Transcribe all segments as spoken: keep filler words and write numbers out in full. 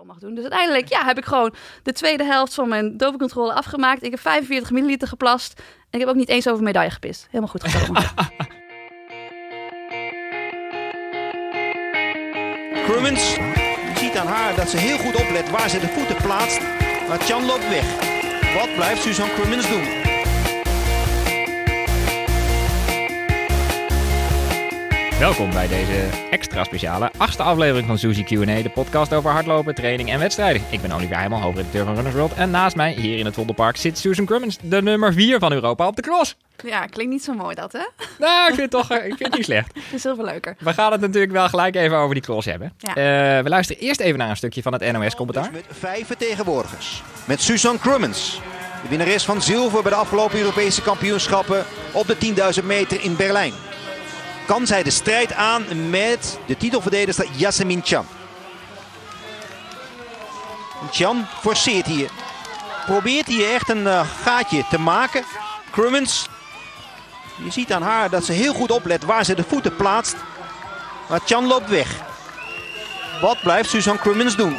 wel mag doen. Dus uiteindelijk ja, heb ik gewoon de tweede helft van mijn dopingcontrole afgemaakt. Ik heb vijfenveertig milliliter geplast. En ik heb ook niet eens over medaille gepist. Helemaal goed gekomen. Crummins, je ziet aan haar dat ze heel goed oplet waar ze de voeten plaatst. Maar Chan loopt weg. Wat blijft Suzanne Crummins doen? Welkom bij deze extra speciale achtste aflevering van Suzy Q en A, de podcast over hardlopen, training en wedstrijden. Ik ben Olivier Heijman, hoofdredacteur van Runners World. En naast mij, hier in het Vondelpark, zit Suzanne Crummins, de nummer vier van Europa op de cross. Ja, klinkt niet zo mooi dat, hè? Nou, ik vind het toch ik vind het niet slecht. Het is heel veel leuker. We gaan het natuurlijk wel gelijk even over die cross hebben. Ja. Uh, we luisteren eerst even naar een stukje van het N O S-commentaar. Dus met vijf vertegenwoordigers. Met Suzanne Crummins, de winnares van zilver bij de afgelopen Europese kampioenschappen op de tienduizend meter in Berlijn. Kan zij de strijd aan met de titelverdedigster Yasemin Chan. Chan forceert hier. Probeert hier echt een uh, gaatje te maken. Crummins. Je ziet aan haar dat ze heel goed oplet waar ze de voeten plaatst. Maar Chan loopt weg. Wat blijft Suzanne Crummins doen?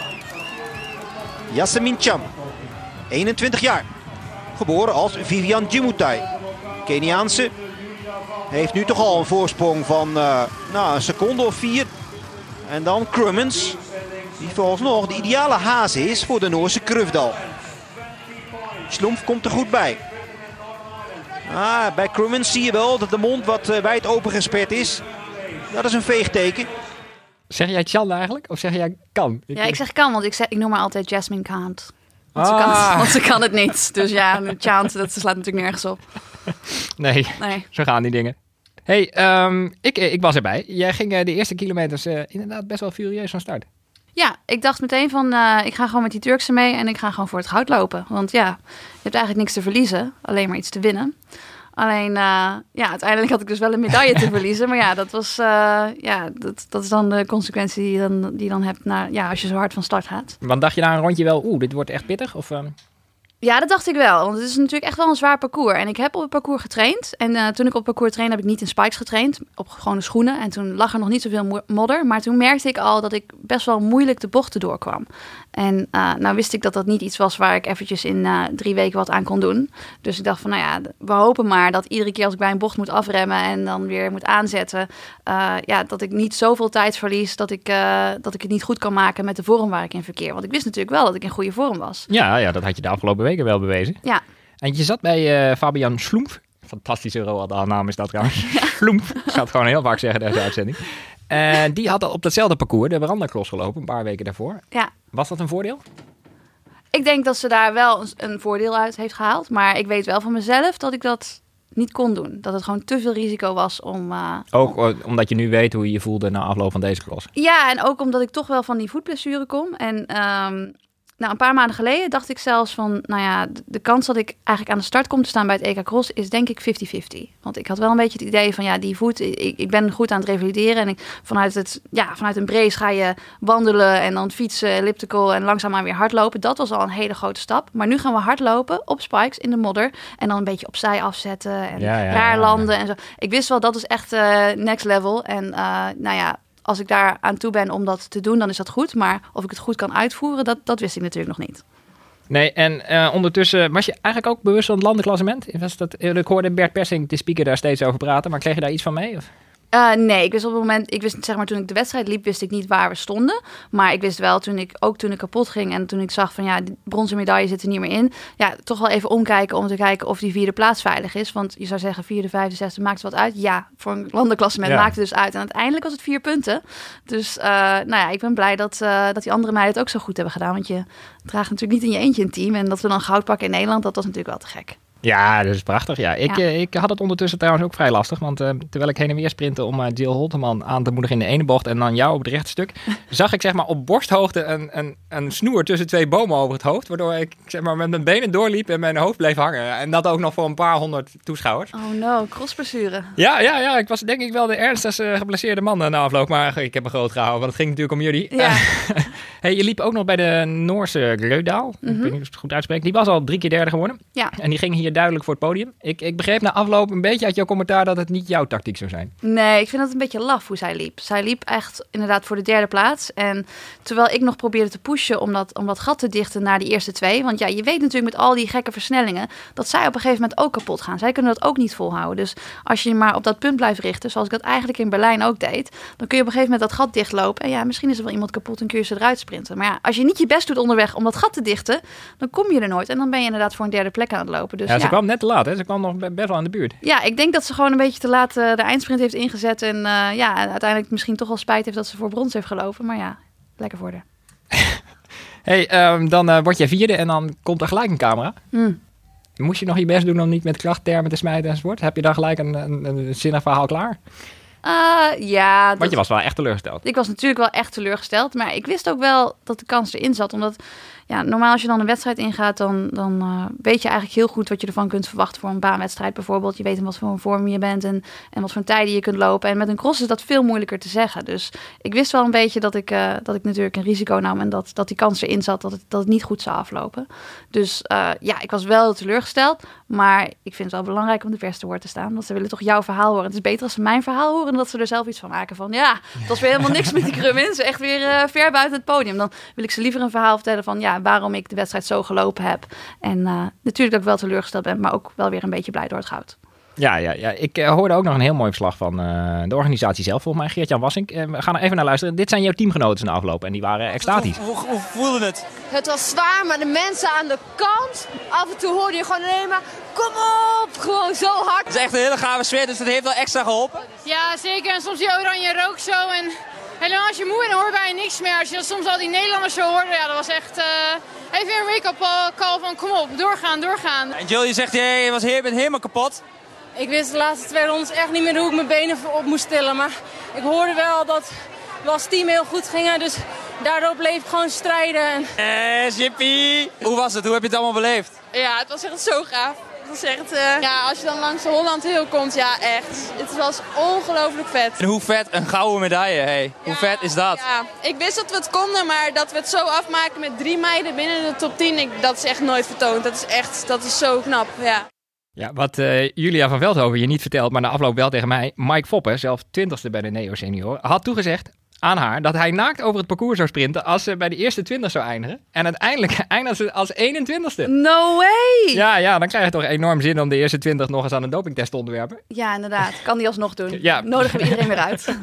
Yasemin Chan. eenentwintig jaar. Geboren als Vivian Jemutai. Keniaanse. Heeft nu toch al een voorsprong van uh, nou, een seconde of vier. En dan Crummins. Die vooralsnog de ideale haze is voor de Noorse Krufdal. Sloemf komt er goed bij. Ah, bij Crummins zie je wel dat de mond wat uh, wijd opengesperd is. Dat is een veegteken. Zeg jij Chan eigenlijk? Of zeg jij kan? Ik Ja, ik zeg kan, want ik, zeg, ik noem haar altijd Jasmine Kant. Want, Ah. ze kan het, want ze kan het niet. Dus ja, Chant, dat slaat natuurlijk nergens op. Nee, Nee. zo gaan die dingen. Hey, um, ik, ik was erbij. Jij ging uh, de eerste kilometers uh, inderdaad best wel furieus van start. Ja, ik dacht meteen van, uh, ik ga gewoon met die Turkse mee en ik ga gewoon voor het goud lopen. Want ja, je hebt eigenlijk niks te verliezen, alleen maar iets te winnen. Alleen, uh, ja, uiteindelijk had ik dus wel een medaille te verliezen. Maar ja, dat was, uh, ja, dat, dat is dan de consequentie die je dan, die je dan hebt na, ja, als je zo hard van start gaat. Want dacht je na een rondje wel, oeh, dit wordt echt pittig? Of, um... Ja, dat dacht ik wel. Want het is natuurlijk echt wel een zwaar parcours. En ik heb op het parcours getraind. En uh, toen ik op het parcours trainde, heb ik niet in spikes getraind. Op gewone schoenen. En toen lag er nog niet zoveel mo- modder. Maar toen merkte ik al dat ik best wel moeilijk de bochten doorkwam. En uh, nou wist ik dat dat niet iets was waar ik eventjes in uh, drie weken wat aan kon doen. Dus ik dacht van, nou ja, we hopen maar dat iedere keer als ik bij een bocht moet afremmen en dan weer moet aanzetten, uh, ja, dat ik niet zoveel tijd verlies dat ik, uh, dat ik het niet goed kan maken met de vorm waar ik in verkeer. Want ik wist natuurlijk wel dat ik in goede vorm was. Ja, ja, dat had je de afgelopen weken wel bewezen. Ja. En je zat bij uh, Fabian Sloemf. Fantastische Roald-naam is dat trouwens. Ja. Sloemf. Ik ga het gewoon heel vaak zeggen deze uitzending. En uh, die had al op datzelfde parcours de Veranda-cross gelopen, een paar weken daarvoor. Ja. Was dat een voordeel? Ik denk dat ze daar wel een, een voordeel uit heeft gehaald. Maar ik weet wel van mezelf dat ik dat niet kon doen. Dat het gewoon te veel risico was om... Uh, ook om... omdat je nu weet hoe je je voelde na afloop van deze cross. Ja, en ook omdat ik toch wel van die voetblessure kom. En um, nou, een paar maanden geleden dacht ik zelfs van... Nou ja, de, de kans dat ik eigenlijk aan de start kom te staan bij het E K Cross is denk ik vijftig vijftig. Want ik had wel een beetje het idee van ja, die voet... Ik, ik ben goed aan het revalideren. En ik, vanuit, het, ja, vanuit een brace ga je wandelen en dan fietsen, elliptical en langzaamaan weer hardlopen. Dat was al een hele grote stap. Maar nu gaan we hardlopen op spikes in de modder. En dan een beetje opzij afzetten en ja, ja, raar ja, landen ja. en zo. Ik wist wel, dat is echt uh, next level. En uh, nou ja... Als ik daar aan toe ben om dat te doen, dan is dat goed. Maar of ik het goed kan uitvoeren, dat, dat wist ik natuurlijk nog niet. Nee, en uh, ondertussen was je eigenlijk ook bewust van het landenklassement? Was dat, ik hoorde Bert Persing, de speaker, daar steeds over praten. Maar kreeg je daar iets van mee? Of? Uh, nee, ik wist op het moment, ik wist zeg maar toen ik de wedstrijd liep, wist ik niet waar we stonden. Maar ik wist wel toen ik, ook toen ik kapot ging en toen ik zag van ja, de bronzen medaille zit er niet meer in. Ja, toch wel even omkijken om te kijken of die vierde plaats veilig is. Want je zou zeggen vierde, vijfde, zesde, maakt het wat uit? Ja, voor een landenklassement ja. maakt het dus uit. En uiteindelijk was het vier punten. Dus uh, nou ja, ik ben blij dat, uh, dat die andere meiden het ook zo goed hebben gedaan. Want je draagt natuurlijk niet in je eentje een team. En dat we dan goud pakken in Nederland, dat was natuurlijk wel te gek. Ja, dat is prachtig. Ja. Ik, ja. uh, ik had het ondertussen trouwens ook vrij lastig. Want uh, terwijl ik heen en weer sprintte om uh, Jill Holteman aan te moedigen in de ene bocht en dan jou op het rechte stuk, zag ik zeg maar op borsthoogte een, een, een snoer tussen twee bomen over het hoofd. Waardoor ik zeg maar met mijn benen doorliep en mijn hoofd bleef hangen. En dat ook nog voor een paar honderd toeschouwers. Oh no, crossblessure. Ja, ja, ja, ik was denk ik wel de ernstigste geblesseerde man na afloop. Maar ik heb me groot gehouden, want het ging natuurlijk om jullie. Ja. Hey, je liep ook nog bij de Noorse Grödaal. Mm-hmm. Ik weet niet of ik het goed uitspreek. Die was al drie keer derde geworden. Ja. En die ging hier weer duidelijk voor het podium. Ik, ik begreep na afloop een beetje uit jouw commentaar dat het niet jouw tactiek zou zijn. Nee, ik vind dat een beetje laf hoe zij liep. Zij liep echt inderdaad voor de derde plaats. En terwijl ik nog probeerde te pushen om dat, om dat gat te dichten naar die eerste twee. Want ja, je weet natuurlijk met al die gekke versnellingen dat zij op een gegeven moment ook kapot gaan. Zij kunnen dat ook niet volhouden. Dus als je maar op dat punt blijft richten, zoals ik dat eigenlijk in Berlijn ook deed, dan kun je op een gegeven moment dat gat dichtlopen. En ja, misschien is er wel iemand kapot en kun je ze eruit sprinten. Maar ja, als je niet je best doet onderweg om dat gat te dichten, dan kom je er nooit. En dan ben je inderdaad voor een derde plek aan het lopen. Dus ja, ze ja. kwam net te laat, hè? Ze kwam nog best wel aan de buurt. Ja, ik denk dat ze gewoon een beetje te laat uh, de eindsprint heeft ingezet. En uh, ja, uiteindelijk misschien toch wel spijt heeft dat ze voor brons heeft gelopen. Maar ja, lekker voor haar. hey, um, dan uh, word jij vierde en dan komt er gelijk een camera. Mm. Moest je nog je best doen om niet met krachttermen te smijten enzovoort? Heb je daar gelijk een, een, een zinnig verhaal klaar? Uh, ja. Dat... Want je was wel echt teleurgesteld. Ik was natuurlijk wel echt teleurgesteld. Maar ik wist ook wel dat de kans erin zat. Omdat ja, normaal als je dan een wedstrijd ingaat, dan, dan uh, weet je eigenlijk heel goed wat je ervan kunt verwachten voor een baanwedstrijd bijvoorbeeld. Je weet in wat voor een vorm je bent en, en wat voor tijden je kunt lopen. En met een cross is dat veel moeilijker te zeggen. Dus ik wist wel een beetje dat ik, uh, dat ik natuurlijk een risico nam en dat, dat die kans erin zat dat het, dat het niet goed zou aflopen. Dus uh, ja, ik was wel teleurgesteld. Maar ik vind het wel belangrijk om de pers te woord te staan. Want ze willen toch jouw verhaal horen. Het is beter als ze mijn verhaal horen dan dat ze er zelf iets van maken. Van ja, het was weer helemaal niks met die Crummins. Echt weer uh, ver buiten het podium. Dan wil ik ze liever een verhaal vertellen van ja, waarom ik de wedstrijd zo gelopen heb. En uh, natuurlijk dat ik wel teleurgesteld ben, maar ook wel weer een beetje blij door het goud. Ja, ja, ja. ik uh, hoorde ook nog een heel mooi verslag van uh, de organisatie zelf, volgens mij, Geert-Jan Wassink. Uh, we gaan er even naar luisteren. Dit zijn jouw teamgenoten in de afloop en die waren extatisch. Hoe, hoe, hoe voelde het? Het was zwaar, maar de mensen aan de kant, af en toe hoorde je gewoon alleen maar, kom op, gewoon zo hard. Het is echt een hele gave sfeer, dus het heeft wel extra geholpen. Ja, zeker. En soms die oranje rook zo en helemaal als je moe bent, dan hoor je bijna niks meer. Als je soms al die Nederlanders zo hoorde, ja, dat was echt uh, even weer een wake-up call van kom op, doorgaan, doorgaan. En Jill, je zegt, je was heel, bent helemaal kapot. Ik wist de laatste twee rondes echt niet meer hoe ik mijn benen op moest tillen. Maar ik hoorde wel dat we als team heel goed gingen. Dus daardoor bleef ik gewoon strijden. Yes, jippie! Hoe was het? Hoe heb je het allemaal beleefd? Ja, het was echt zo gaaf. Het was echt, uh... ja, als je dan langs de Holland Hill komt, ja echt. Het was ongelooflijk vet. En hoe vet een gouden medaille, hey. Hoe ja, vet is dat? Ja, ik wist dat we het konden, maar dat we het zo afmaken met drie meiden binnen de top tien, ik, dat is echt nooit vertoond. Dat is echt, dat is zo knap, ja. Ja, wat uh, Julia van Veldhoven je niet vertelt, maar na afloop wel tegen mij. Mike Foppe, zelf twintigste bij de Neo Senioren, had toegezegd aan haar dat hij naakt over het parcours zou sprinten als ze bij de eerste twintig zou eindigen. En uiteindelijk eindigde ze als eenentwintigste. No way! Ja, ja, dan krijg je toch enorm zin om de eerste twintig nog eens aan een dopingtest te onderwerpen. Ja, inderdaad. Kan die alsnog doen. Ja. Nodigen we iedereen weer uit.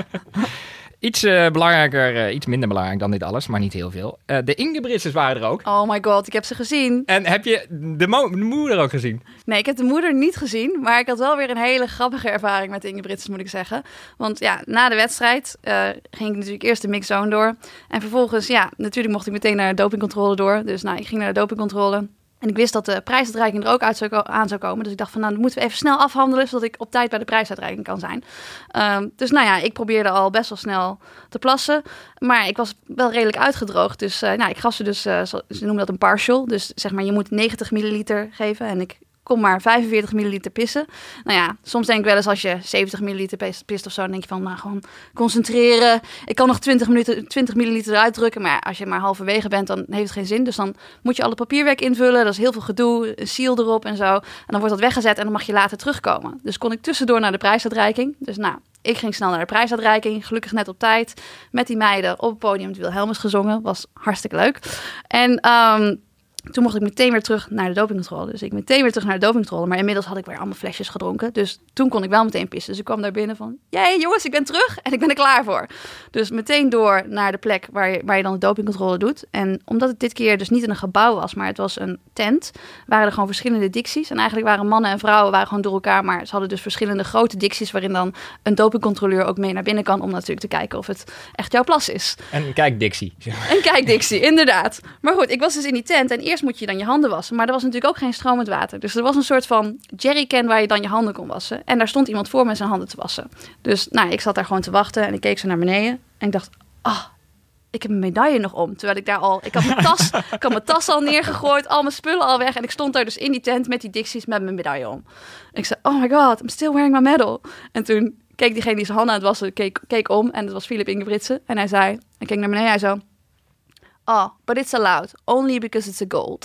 Iets uh, belangrijker, uh, iets minder belangrijk dan dit alles, maar niet heel veel. Uh, de Ingebrigtsens waren er ook. Oh my god, ik heb ze gezien. En heb je de, mo- de moeder ook gezien? Nee, ik heb de moeder niet gezien, maar ik had wel weer een hele grappige ervaring met de Ingebrigtsens, moet ik zeggen. Want ja, na de wedstrijd uh, ging ik natuurlijk eerst de mixzone door. En vervolgens, ja, natuurlijk mocht ik meteen naar de dopingcontrole door. Dus nou, ik ging naar de dopingcontrole. En ik wist dat de prijsuitreiking er ook uit zou, aan zou komen. Dus ik dacht van, nou, dat moeten we even snel afhandelen, zodat ik op tijd bij de prijsuitreiking kan zijn. Um, dus nou ja, ik probeerde al best wel snel te plassen. Maar ik was wel redelijk uitgedroogd. Dus uh, nou, ik gaf ze dus, uh, ze noemen dat een partial. Dus zeg maar, je moet negentig milliliter geven. En ik kon maar vijfenveertig milliliter pissen. Nou ja, soms denk ik wel eens als je zeventig milliliter pist of zo, dan denk je van, nou, gewoon concentreren. Ik kan nog twintig, minuten, twintig milliliter eruit drukken. Maar als je maar halverwege bent, dan heeft het geen zin. Dus dan moet je alle papierwerk invullen. Dat is heel veel gedoe, een seal erop en zo. En dan wordt dat weggezet en dan mag je later terugkomen. Dus kon ik tussendoor naar de prijsuitreiking. Dus nou, ik ging snel naar de prijsuitreiking. Gelukkig net op tijd. Met die meiden op het podium het Wilhelmus gezongen. Was hartstikke leuk. En um, toen mocht ik meteen weer terug naar de dopingcontrole. Dus ik meteen weer terug naar de dopingcontrole. Maar inmiddels had ik weer allemaal flesjes gedronken. Dus toen kon ik wel meteen pissen. Dus ik kwam daar binnen van, jee jongens, ik ben terug en ik ben er klaar voor. Dus meteen door naar de plek waar je, waar je dan de dopingcontrole doet. En omdat het dit keer dus niet in een gebouw was, maar het was een tent, waren er gewoon verschillende dicties. En eigenlijk waren mannen en vrouwen waren gewoon door elkaar. Maar ze hadden dus verschillende grote dicties waarin dan een dopingcontroleur ook mee naar binnen kan. Om natuurlijk te kijken of het echt jouw plas is. En kijk Dixie. En kijk Dixie, inderdaad. Maar goed, ik was dus in die tent en eerst moet je dan je handen wassen. Maar er was natuurlijk ook geen stromend water. Dus er was een soort van jerrycan waar je dan je handen kon wassen. En daar stond iemand voor met zijn handen te wassen. Dus nou, ik zat daar gewoon te wachten en ik keek zo naar beneden. En ik dacht, ah, oh, ik heb mijn medaille nog om. Terwijl ik daar al, ik had mijn tas, ik had mijn tas al neergegooid, al mijn spullen al weg. En ik stond daar dus in die tent met die Dixies met mijn medaille om. En ik zei, oh my god, I'm still wearing my medal. En toen keek diegene die zijn handen aan het wassen, keek, keek om. En dat was Philip Ingebrigtsen. En hij zei, hij keek naar beneden, hij zo, oh, but it's allowed. Only because it's a gold.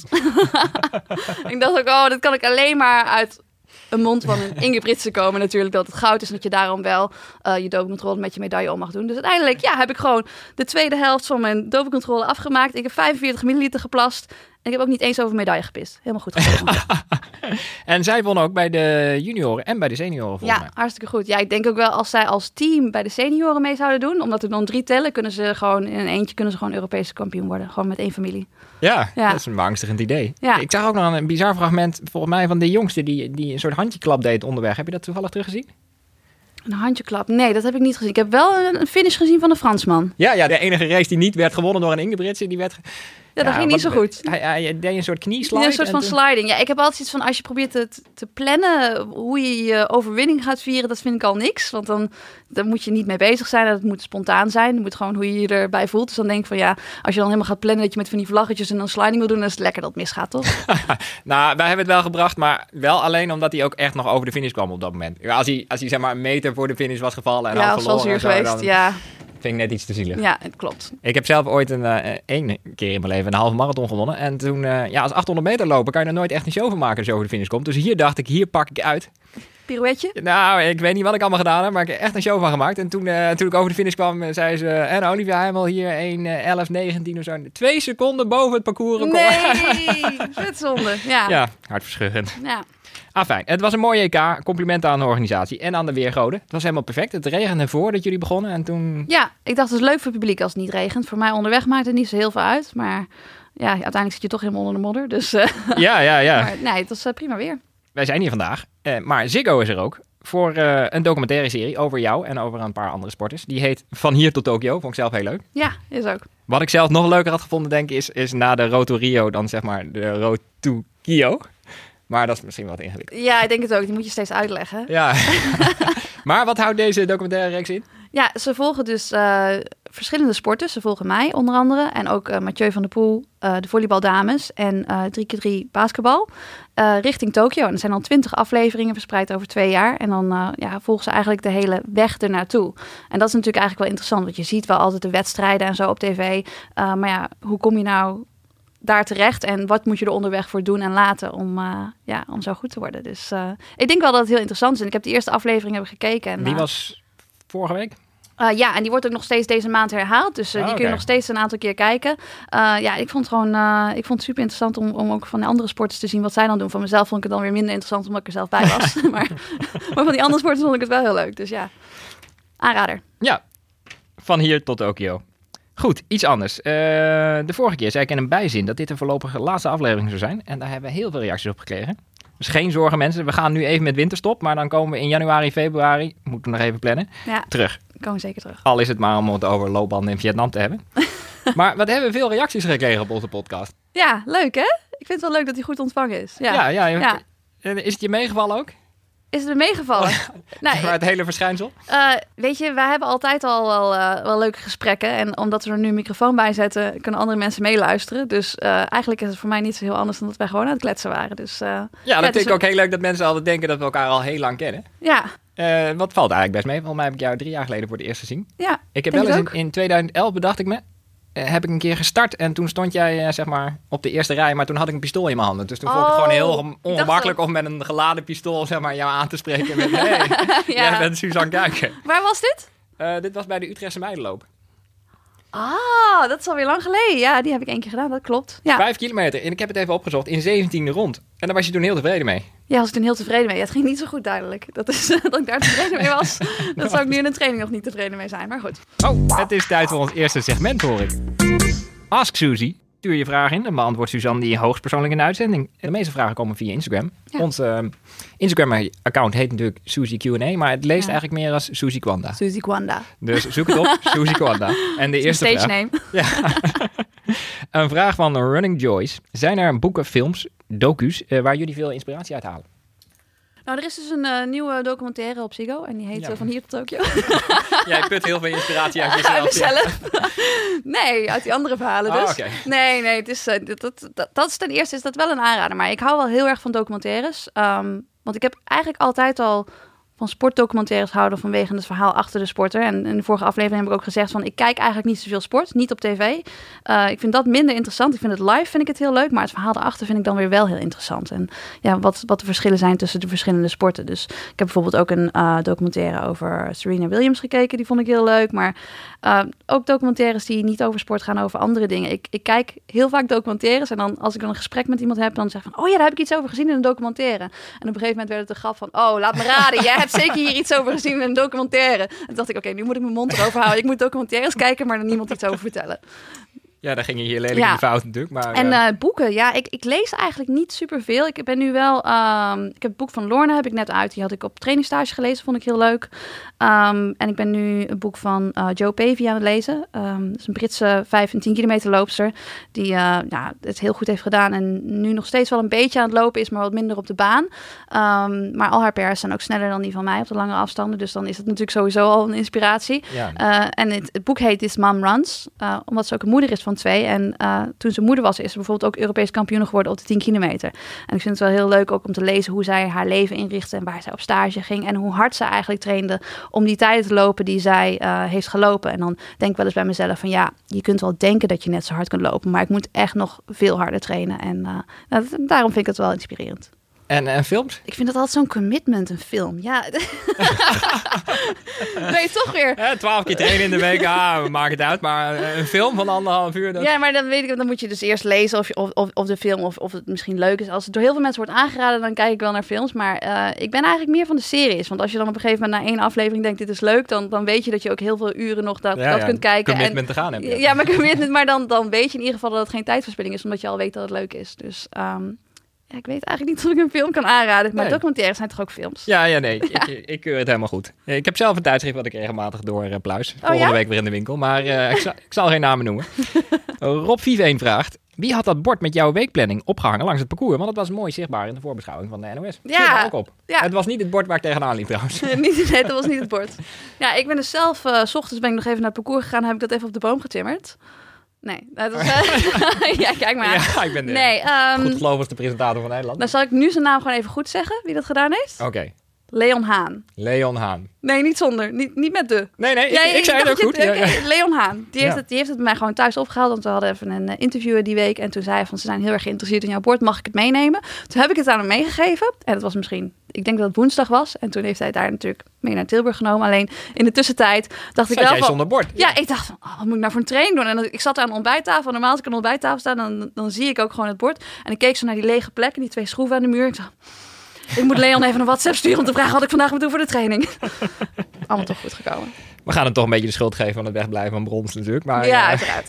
Ik dacht ook, oh, dat kan ik alleen maar uit een mond van een Ingebrigtsen komen natuurlijk, dat het goud is en dat je daarom wel uh, je dopingcontrole met je medaille om mag doen. Dus uiteindelijk ja, heb ik gewoon de tweede helft van mijn dopingcontrole afgemaakt. Ik heb vijfenveertig milliliter geplast. En ik heb ook niet eens over medaille gepist. Helemaal goed gedaan. En zij won ook bij de junioren en bij de senioren volgens Ja, mij. hartstikke goed. Ja, ik denk ook wel als zij als team bij de senioren mee zouden doen, omdat er dan drie tellen, kunnen ze gewoon in een eentje kunnen ze gewoon Europese kampioen worden. Gewoon met één familie. Ja, Ja. dat is een beangstigend idee. Ja. Ik zag ook nog een bizar fragment volgens mij van de jongste die, die een soort handjeklap deed onderweg. Heb je dat toevallig teruggezien? Een handjeklap? Nee, dat heb ik niet gezien. Ik heb wel een een finish gezien van een Fransman. Ja, ja, de enige race die niet werd gewonnen door een Ingebrigtsen, die werd... ge- Ja, dat ging niet wat- zo goed. Hij, hij deed een soort knieslide. Een soort en van toen- sliding. Ja, ik heb altijd iets van als je probeert te, te plannen hoe je je overwinning gaat vieren, dat vind ik al niks. Want dan, dan moet je niet mee bezig zijn. Dat moet spontaan zijn. Het moet gewoon hoe je je erbij voelt. Dus dan denk ik van ja, als je dan helemaal gaat plannen dat je met van die vlaggetjes en dan sliding wil doen, dan is het lekker dat het misgaat, toch? Nou, wij hebben het wel gebracht, maar wel alleen omdat hij ook echt nog over de finish kwam op dat moment. Ja, Als hij, als hij zeg maar een meter voor de finish was gevallen en ja, had als was verloren hier en zo, geweest. dan Ja, vind ik net iets te zielig. ja, het klopt. Ik heb zelf ooit een, uh, één keer in mijn leven een halve marathon gewonnen. En toen, uh, ja, als achthonderd meter lopen kan je er nooit echt een show van maken als je over de finish komt. Dus hier dacht ik, hier pak ik uit. Pirouetje? Nou, ik weet niet wat ik allemaal gedaan heb, maar ik heb echt een show van gemaakt. En toen, uh, toen ik over de finish kwam, uh, zei ze... En Olivia Heimel hier één elf negentien of zo. Twee seconden boven het parcoursrecord. Nee, vetzonde. Ja. Ja, hartverscheurend. Ja. Ah, fijn. Het was een mooie E K. Complimenten aan de organisatie en aan de weergoden. Het was helemaal perfect. Het regende voordat jullie begonnen en toen... Ja, ik dacht het is leuk voor het publiek als het niet regent. Voor mij onderweg maakt het niet zo heel veel uit. Maar ja, uiteindelijk zit je toch helemaal onder de modder. Dus uh, Ja, ja, ja. maar, nee, het was uh, prima weer. Wij zijn hier vandaag. Uh, maar Ziggo is er ook voor uh, een documentaire serie over jou en over een paar andere sporters. Die heet Van Hier tot Tokio. Vond ik zelf heel leuk. Ja, is ook. Wat ik zelf nog leuker had gevonden, denk ik, is, is na de Road to Rio dan zeg maar de Road to Kio. Maar dat is misschien wat ingewikkeld. Ja, ik denk het ook. Die moet je steeds uitleggen. Ja. Maar wat houdt deze documentaire reeks in? Ja, ze volgen dus uh, verschillende sporters. Ze volgen mij onder andere. En ook uh, Mathieu van der Poel, uh, de volleybaldames en uh, drie keer drie basketbal. Uh, richting Tokio. En er zijn al twintig afleveringen verspreid over twee jaar. En dan uh, ja, volgen ze eigenlijk de hele weg ernaartoe. En dat is natuurlijk eigenlijk wel interessant. Want je ziet wel altijd de wedstrijden en zo op tv. Uh, maar ja, hoe kom je nou daar terecht en wat moet je er onderweg voor doen en laten om, uh, ja, om zo goed te worden. Dus uh, ik denk wel dat het heel interessant is. En ik heb de eerste aflevering hebben gekeken. En, Die uh, was vorige week? Uh, ja, en die wordt ook nog steeds deze maand herhaald. Dus uh, Oh, die kun je okay. nog steeds een aantal keer kijken. Uh, ja, ik vond het gewoon uh, ik vond het super interessant om, om ook van de andere sporters te zien wat zij dan doen. Van mezelf vond ik het dan weer minder interessant omdat ik er zelf bij was. maar, maar van die andere sporters vond ik het wel heel leuk. Dus ja, aanrader. Ja, Van Hier tot Tokio. Goed, iets anders. Uh, de vorige keer zei ik in een bijzin dat dit de voorlopige laatste aflevering zou zijn. En daar hebben we heel veel reacties op gekregen. Dus geen zorgen mensen, we gaan nu even met winterstop. Maar dan komen we in januari, februari, moeten we nog even plannen, Ja, terug. komen we zeker terug. Al is het maar om het over loopbanden in Vietnam te hebben. Maar wat hebben we veel reacties gekregen op onze podcast. Ja, leuk hè? Ik vind het wel leuk dat hij goed ontvangen is. Ja, Ja, ja, Ja. Is het je meegevallen ook? Is het er meegevallen? nou, Maar het hele verschijnsel? Uh, weet je, wij hebben altijd al wel, uh, wel leuke gesprekken. En omdat we er nu een microfoon bij zetten, kunnen andere mensen meeluisteren. Dus uh, eigenlijk is het voor mij niet zo heel anders dan dat wij gewoon aan het kletsen waren. Dus, uh, Ja, dat het vind is ik ook heel leuk dat mensen altijd denken dat we elkaar al heel lang kennen. Ja, Uh, wat valt eigenlijk best mee? Volgens mij heb ik jou drie jaar geleden voor het eerst gezien. ja. Ik heb denk wel eens het in, ook. in tweeduizend elf bedacht ik me, uh, heb ik een keer gestart en toen stond jij uh, zeg maar op de eerste rij, maar toen had ik een pistool in mijn handen. Dus toen vond ik het Oh, gewoon heel ik dacht ongemakkelijk al- om met een geladen pistool zeg maar jou aan te spreken met hey, Ja. jij bent Suzanne Kuiken. Waar was dit? Uh, dit was bij de Utrechtse Meidenloop. Ah, dat is alweer lang geleden. Ja, die heb ik één keer gedaan, dat klopt. Ja, Vijf kilometer en ik heb het even opgezocht in zeventiende rond. En daar was je toen heel tevreden mee. ja was ik toen heel tevreden mee. Ja, het ging niet zo goed duidelijk. Dat, is, dat ik daar tevreden mee was. Dat zou ik nu in een training nog niet tevreden mee zijn. Maar goed. Oh, het is tijd voor ons eerste segment, hoor ik. Ask Suzy. Stuur je vraag in en beantwoordt Suzanne die hoogstpersoonlijk in de uitzending. De meeste vragen komen via Instagram. Ja. Ons uh, Instagram-account heet natuurlijk Suzy Q en A, maar het leest Ja. eigenlijk meer als Suzy Kwanda. Suzy Kwanda. Dus zoek het op, Suzy Kwanda. En de eerste Stage vraag. name. Ja. Een vraag van Running Joyce. Zijn er boeken, films, docu's uh, waar jullie veel inspiratie uit halen? Nou, er is dus een uh, nieuwe documentaire op Ziggo. En die heet Ja. uh, Van Hier tot Tokio. Jij put heel veel inspiratie uit Uit jezelf. mezelf. Nee, uit die andere verhalen dus. Oh, oké. Nee, nee, het is, uh, dat, dat, dat, dat is ten eerste is dat wel een aanrader. Maar ik hou wel heel erg van documentaires. Um, want ik heb eigenlijk altijd al van sportdocumentaires houden vanwege het verhaal achter de sporter. En in de vorige aflevering heb ik ook gezegd van ik kijk eigenlijk niet zoveel sport, niet op tv. Uh, ik vind dat minder interessant. Ik vind het live vind ik het heel leuk, maar het verhaal daarachter vind ik dan weer wel heel interessant. En ja, wat, wat de verschillen zijn tussen de verschillende sporten. Dus ik heb bijvoorbeeld ook een uh, documentaire over Serena Williams gekeken, die vond ik heel leuk. Maar uh, ook documentaires die niet over sport gaan, over andere dingen. Ik, ik kijk heel vaak documentaires en dan als ik dan een gesprek met iemand heb, dan zeg ik van, oh ja, daar heb ik iets over gezien in een documentaire. En op een gegeven moment werd het een grap van, oh, laat me raden, jij hebt zeker hier iets over gezien in een documentaire. En toen dacht ik, oké, okay, nu moet ik mijn mond erover houden. Ik moet documentaires kijken, maar er niemand iets over vertellen. Ja, daar ging je hier lelijk ja. in de fout natuurlijk. Maar, en uh... uh, boeken, ja, ik, ik lees eigenlijk niet superveel. Ik ben nu wel, um, ik heb het boek van Lorna heb ik net uit. Die had ik op trainingsstage gelezen, vond ik heel leuk. Um, en ik ben nu een boek van uh, Joe Pavey aan het lezen. Um, dat is een Britse vijf en tien kilometer loopster. Die uh, ja, het heel goed heeft gedaan. En nu nog steeds wel een beetje aan het lopen is, maar wat minder op de baan. Um, maar al haar P R's zijn ook sneller dan die van mij op de langere afstanden. Dus dan is het natuurlijk sowieso al een inspiratie. Ja. Uh, en het, het boek heet This Mom Runs. Uh, omdat ze ook een moeder is van twee. En uh, toen ze moeder was, is ze bijvoorbeeld ook Europees kampioen geworden op de tien kilometer. En ik vind het wel heel leuk ook om te lezen hoe zij haar leven inrichtte en waar zij op stage ging. En hoe hard ze eigenlijk trainde om die tijden te lopen die zij uh, heeft gelopen. En dan denk ik wel eens bij mezelf van ja, je kunt wel denken dat je net zo hard kunt lopen, maar ik moet echt nog veel harder trainen. En uh, nou, daarom vind ik het wel inspirerend. En, en films? Ik vind dat altijd zo'n commitment, een film. Ja. Nee, toch weer. Ja, twaalf keer trainen in de week, ah, we maken het uit. Maar een film van anderhalf uur. Dat... Ja, maar dan weet ik, dan moet je dus eerst lezen of, je, of, of, of de film of, of het misschien leuk is. Als het door heel veel mensen wordt aangeraden, dan kijk ik wel naar films. Maar uh, ik ben eigenlijk meer van de series. Want als je dan op een gegeven moment na één aflevering denkt, dit is leuk, dan, dan weet je dat je ook heel veel uren nog dat, ja, dat ja, kunt kijken. Commitment en, te gaan hebben. Ja, ja maar commitment. Maar dan, dan weet je in ieder geval dat het geen tijdverspilling is, omdat je al weet dat het leuk is. Dus... Um, Ja, ik weet eigenlijk niet of ik een film kan aanraden. Maar nee. Documentaires zijn toch ook films? Ja, ja nee. Ja. Ik, ik keur het helemaal goed. Ik heb zelf een tijdschrift wat ik regelmatig door uh, pluis. Volgende oh, ja? week weer in de winkel. Maar uh, ik, zal, ik zal geen namen noemen. Rob Viveen vraagt... Wie had dat bord met jouw weekplanning opgehangen langs het parcours? Want het was mooi zichtbaar in de voorbeschouwing van de N O S. Ja. Ook op. Ja. Het was niet het bord waar ik tegenaan liep trouwens. niet, nee, dat was niet het bord. Ja, ik ben dus zelf... Uh, 's ochtends ben ik nog even naar het parcours gegaan. Heb ik dat even op de boom getimmerd. Nee, dat is, uh, ja, kijk maar. Ja, ik ben de nee, um, goed gelovigste presentator van Nederland. Dan zal ik nu zijn naam gewoon even goed zeggen, wie dat gedaan heeft. Oké. Okay. Leon Haan. Leon Haan. Nee, niet zonder. Niet, niet met de. Nee, nee, ja, ik, ik, ik zei het ook goed. Het, ja, okay, ja. Leon Haan. Die heeft, ja. het, die heeft het bij mij gewoon thuis opgehaald. Want we hadden even een uh, interview die week. En toen zei hij van, ze zijn heel erg geïnteresseerd in jouw bord. Mag ik het meenemen? Toen heb ik het aan hem meegegeven. En dat was misschien, ik denk dat het woensdag was. En toen heeft hij het daar natuurlijk mee naar Tilburg genomen. Alleen in de tussentijd dacht Zat ik wel jij van... zonder bord? Ja, ja, ik dacht van, oh, wat moet ik nou voor een training doen? En dan, ik zat aan de ontbijttafel. Normaal als ik aan de ontbijttafel sta, dan, dan zie ik ook gewoon het bord. En ik keek zo naar die lege plekken, die twee schroeven aan de muur. Ik dacht... Ik moet Leon even een WhatsApp sturen om te vragen wat ik vandaag moet doen voor de training. Allemaal toch goed gekomen. We gaan hem toch een beetje de schuld geven van het wegblijven van brons natuurlijk. Maar, ja, uh, uiteraard.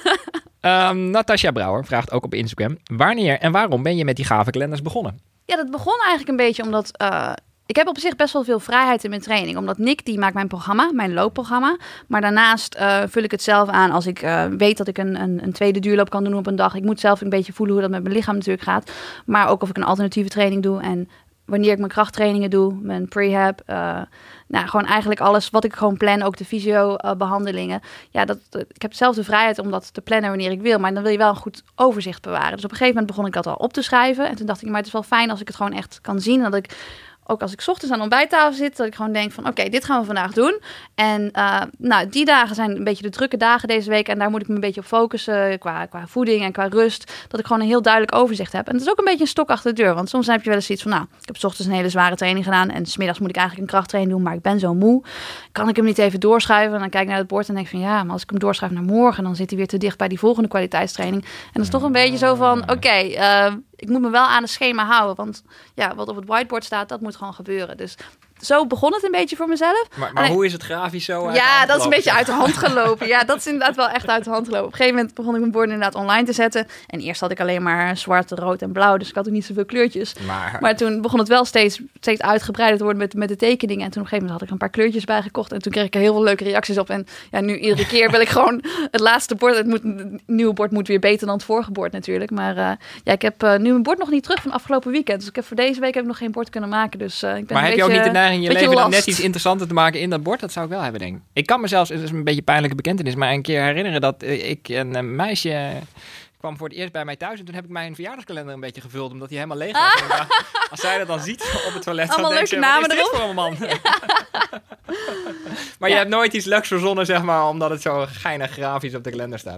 um, Natasja Brouwer vraagt ook op Instagram. Wanneer en waarom ben je met die gave kalenders begonnen? Ja, dat begon eigenlijk een beetje omdat... Uh, ik heb op zich best wel veel vrijheid in mijn training. Omdat Nick, die maakt mijn programma, mijn loopprogramma. Maar daarnaast uh, vul ik het zelf aan als ik uh, weet dat ik een, een, een tweede duurloop kan doen op een dag. Ik moet zelf een beetje voelen hoe dat met mijn lichaam natuurlijk gaat. Maar ook of ik een alternatieve training doe. En wanneer ik mijn krachttrainingen doe, mijn prehab. Uh, nou, gewoon eigenlijk alles wat ik gewoon plan. Ook de fysio-behandelingen. Uh, ja, dat, ik heb dezelfde vrijheid om dat te plannen wanneer ik wil. Maar dan wil je wel een goed overzicht bewaren. Dus op een gegeven moment begon ik dat al op te schrijven. En toen dacht ik, maar het is wel fijn als ik het gewoon echt kan zien. Dat ik... Ook als ik 's ochtends aan de ontbijttafel zit, dat ik gewoon denk van oké, okay, dit gaan we vandaag doen. En uh, nou, die dagen zijn een beetje de drukke dagen deze week. En daar moet ik me een beetje op focussen qua, qua voeding en qua rust. Dat ik gewoon een heel duidelijk overzicht heb. En het is ook een beetje een stok achter de deur. Want soms heb je wel eens iets van, nou, ik heb 's ochtends een hele zware training gedaan. En 's middags moet ik eigenlijk een krachttraining doen, maar ik ben zo moe. Kan ik hem niet even doorschuiven? En dan kijk ik naar het bord en denk van ja, maar als ik hem doorschuif naar morgen, dan zit hij weer te dicht bij die volgende kwaliteitstraining. En dat is toch een beetje zo van oké, okay, uh, ik moet me wel aan het schema houden. Want ja, wat op het whiteboard staat, dat moet gewoon gebeuren. Dus zo begon het een beetje voor mezelf. Maar, maar Alleen, hoe is het grafisch zo uit Ja, dat is een beetje uit de hand gelopen. Ja, dat is inderdaad wel echt uit de hand gelopen. Op een gegeven moment begon ik mijn bord inderdaad online te zetten. En eerst had ik alleen maar zwart, rood en blauw. Dus ik had ook niet zoveel kleurtjes. Maar, maar toen begon het wel steeds, steeds uitgebreider te worden met, met de tekeningen. En toen op een gegeven moment had ik een paar kleurtjes bijgekocht. En toen kreeg ik er heel veel leuke reacties op. En ja, nu iedere keer wil ik gewoon het laatste bord. Het, moet, het nieuwe bord moet weer beter dan het vorige bord natuurlijk. Maar uh, ja, ik heb uh, nu mijn bord nog niet terug van afgelopen weekend. Dus ik heb voor deze week heb ik nog geen bord kunnen maken. Dus uh, ik ben maar een heb beetje, je ook niet de neiging in je leven last. dan net iets interessanter te maken in dat bord? Dat zou ik wel hebben, denk ik. Ik kan me zelfs, het is een beetje pijnlijke bekentenis, maar een keer herinneren dat ik een meisje... Ik kwam voor het eerst bij mij thuis. En toen heb ik mijn verjaardagskalender een beetje gevuld. Omdat hij helemaal leeg was. Ah. En dacht, als zij dat dan ziet op het toilet. Allemaal dan leuke denk je, namen wat is dit erop. voor een man? Ja. Maar Ja. je hebt nooit iets leuks verzonnen, zeg maar. Omdat het zo geinig grafisch op de kalender staat.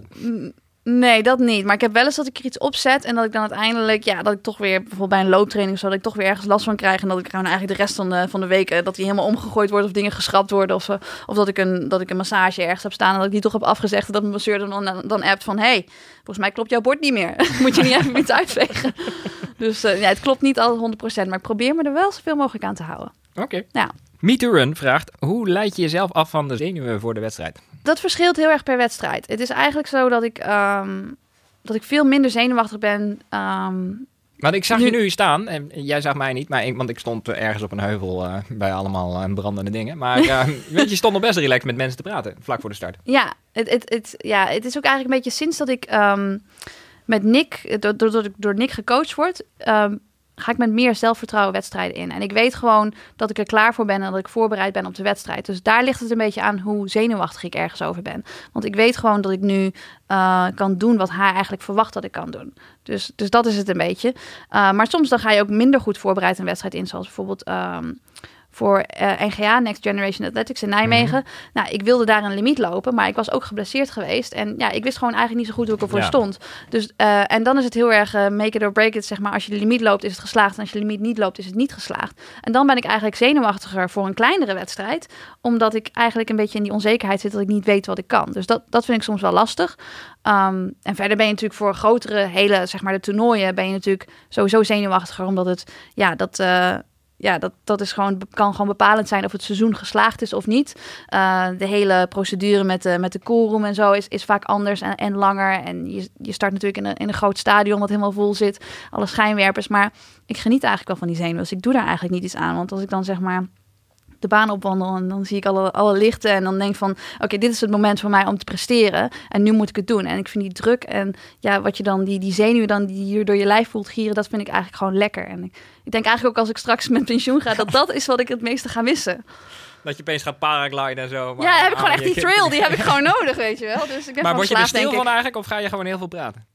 Nee, dat niet. Maar ik heb wel eens dat ik er iets opzet en dat ik dan uiteindelijk, ja, dat ik toch weer, bijvoorbeeld bij een looptraining of zo, dat ik toch weer ergens last van krijg en dat ik gewoon eigenlijk de rest van de, van de week, eh, dat die helemaal omgegooid wordt of dingen geschrapt worden of, uh, of dat ik een, dat ik een massage ergens heb staan en dat ik die toch heb afgezegd en dat mijn masseur dan, dan, dan appt van, hey, volgens mij klopt jouw bord niet meer. Moet je niet even iets uitvegen. Dus uh, ja, het klopt niet altijd honderd procent, maar ik probeer me er wel zoveel mogelijk aan te houden. Oké. Okay. Ja. Me to Run vraagt, hoe leid je jezelf af van de zenuwen voor de wedstrijd? Dat verschilt heel erg per wedstrijd. Het is eigenlijk zo dat ik, um, dat ik veel minder zenuwachtig ben. Um, Want ik zag nu... je nu staan, en jij zag mij niet, maar ik, want ik stond ergens op een heuvel uh, bij allemaal uh, brandende dingen. Maar uh, weet je stond nog best relaxed met mensen te praten, vlak voor de start. Ja, het, het, het, ja, het is ook eigenlijk een beetje sinds dat ik um, met Nick, doordat ik door Nick gecoacht word, um, ga ik met meer zelfvertrouwen wedstrijden in. En ik weet gewoon dat ik er klaar voor ben en dat ik voorbereid ben op de wedstrijd. Dus daar ligt het een beetje aan hoe zenuwachtig ik ergens over ben. Want ik weet gewoon dat ik nu uh, kan doen wat haar eigenlijk verwacht dat ik kan doen. Dus, dus dat is het een beetje. Uh, maar soms dan ga je ook minder goed voorbereid een wedstrijd in. Zoals bijvoorbeeld um, voor uh, N G A, Next Generation Athletics in Nijmegen. Mm-hmm. Nou, ik wilde daar een limiet lopen, maar ik was ook geblesseerd geweest. En ja, ik wist gewoon eigenlijk niet zo goed hoe ik ervoor ja. stond. Dus, uh, en dan is het heel erg uh, make it or break it, zeg maar. Als je de limiet loopt, is het geslaagd. En als je de limiet niet loopt, is het niet geslaagd. En dan ben ik eigenlijk zenuwachtiger voor een kleinere wedstrijd. Omdat ik eigenlijk een beetje in die onzekerheid zit dat ik niet weet wat ik kan. Dus dat, dat vind ik soms wel lastig. Um, en verder ben je natuurlijk voor grotere, hele, zeg maar de toernooien, ben je natuurlijk sowieso zenuwachtiger. Omdat het, ja, dat... Uh, Ja, dat, dat is gewoon, kan gewoon bepalend zijn of het seizoen geslaagd is of niet. Uh, de hele procedure met de, met de coolroom en zo is, is vaak anders en, en langer. En je, je start natuurlijk in een, in een groot stadion wat helemaal vol zit. Alle schijnwerpers. Maar ik geniet eigenlijk wel van die zenuwen. Dus ik doe daar eigenlijk niet iets aan. Want als ik dan zeg maar de baan opwandel en dan zie ik alle, alle lichten en dan denk van, oké, okay, dit is het moment voor mij om te presteren en nu moet ik het doen. En ik vind die druk en ja, wat je dan, die, die zenuwen dan die hier door je lijf voelt gieren, dat vind ik eigenlijk gewoon lekker. En ik, ik denk eigenlijk ook als ik straks met pensioen ga, dat dat is wat ik het meeste ga missen. Dat je opeens gaat paragliden en zo. Maar ja, heb ik gewoon echt die thrill, die heb ik gewoon nodig, weet je wel. Dus ik ben maar word je er stil van ik. eigenlijk of ga je gewoon heel veel praten?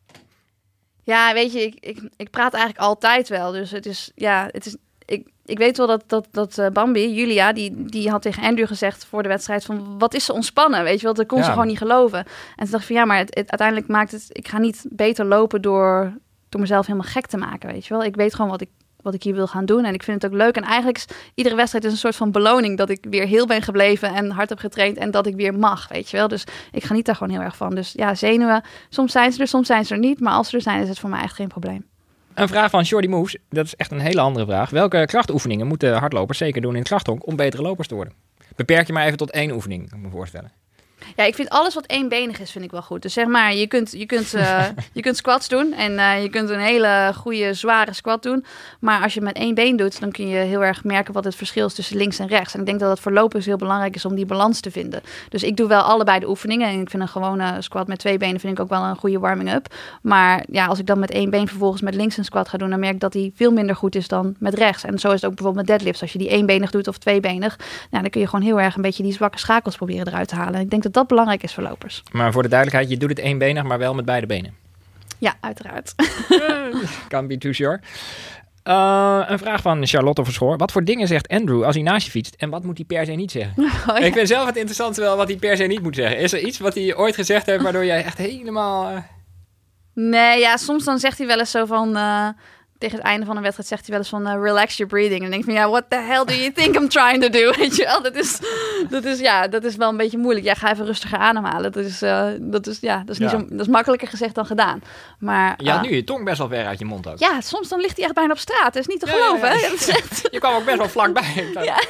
Ja, weet je, ik, ik, ik praat eigenlijk altijd wel. Dus het is, ja, het is... Ik, ik weet wel dat, dat, dat uh, Bambi, Julia, die, die had tegen Andrew gezegd voor de wedstrijd van, wat is ze ontspannen, weet je wel, dat kon ja. ze gewoon niet geloven. En ze dacht van, ja, maar het, het, uiteindelijk maakt het, ik ga niet beter lopen door, door mezelf helemaal gek te maken, weet je wel. Ik weet gewoon wat ik, wat ik hier wil gaan doen en ik vind het ook leuk. En eigenlijk is iedere wedstrijd is een soort van beloning dat ik weer heel ben gebleven en hard heb getraind en dat ik weer mag, weet je wel. Dus ik geniet daar gewoon heel erg van. Dus ja, zenuwen, soms zijn ze er, soms zijn ze er niet, maar als ze er zijn, is het voor mij echt geen probleem. Een vraag van Shorty Moves, dat is echt een hele andere vraag. Welke krachtoefeningen moeten hardlopers zeker doen in het krachthonk om betere lopers te worden? Beperk je maar even tot één oefening, kan ik me voorstellen. Ja, ik vind alles wat eenbenig is, vind ik wel goed. Dus zeg maar, je kunt, je kunt, uh, je kunt squats doen en uh, je kunt een hele goede, zware squat doen. Maar als je met één been doet, dan kun je heel erg merken wat het verschil is tussen links en rechts. En ik denk dat het voor lopers heel belangrijk is om die balans te vinden. Dus ik doe wel allebei de oefeningen. En ik vind een gewone squat met twee benen vind ik ook wel een goede warming-up. Maar ja, als ik dan met één been vervolgens met links een squat ga doen, dan merk ik dat die veel minder goed is dan met rechts. En zo is het ook bijvoorbeeld met deadlifts. Als je die eenbenig doet of tweebenig, nou, dan kun je gewoon heel erg een beetje die zwakke schakels proberen eruit te halen. En ik denk dat dat belangrijk is voor lopers. Maar voor de duidelijkheid, je doet het eenbenig, maar wel met beide benen. Ja, uiteraard. Can't be too sure. Uh, een vraag van Charlotte Verschoor. Wat voor dingen zegt Andrew als hij naast je fietst? En wat moet hij per se niet zeggen? Oh, ja. Ik vind zelf het interessantste wel wat hij per se niet moet zeggen. Is er iets wat hij ooit gezegd heeft waardoor jij echt helemaal... Uh... Nee, ja, soms dan zegt hij wel eens zo van... Uh... Tegen het einde van een wedstrijd zegt hij wel eens van uh, relax your breathing. En dan denk ik van ja, what the hell do you think I'm trying to do? Weet je wel, dat is, dat is, ja, dat is wel een beetje moeilijk. Ja, ga even rustiger ademhalen. Dat is, uh, dat is, ja, dat is, niet ja. zo, dat is makkelijker gezegd dan gedaan. Maar, je had uh, nu je tong best wel ver uit je mond ook. Ja, soms dan ligt hij echt bijna op straat. Dat is niet te ja, geloven, ja, ja. hè? Dat is echt... Je kwam ook best wel vlakbij. Ja.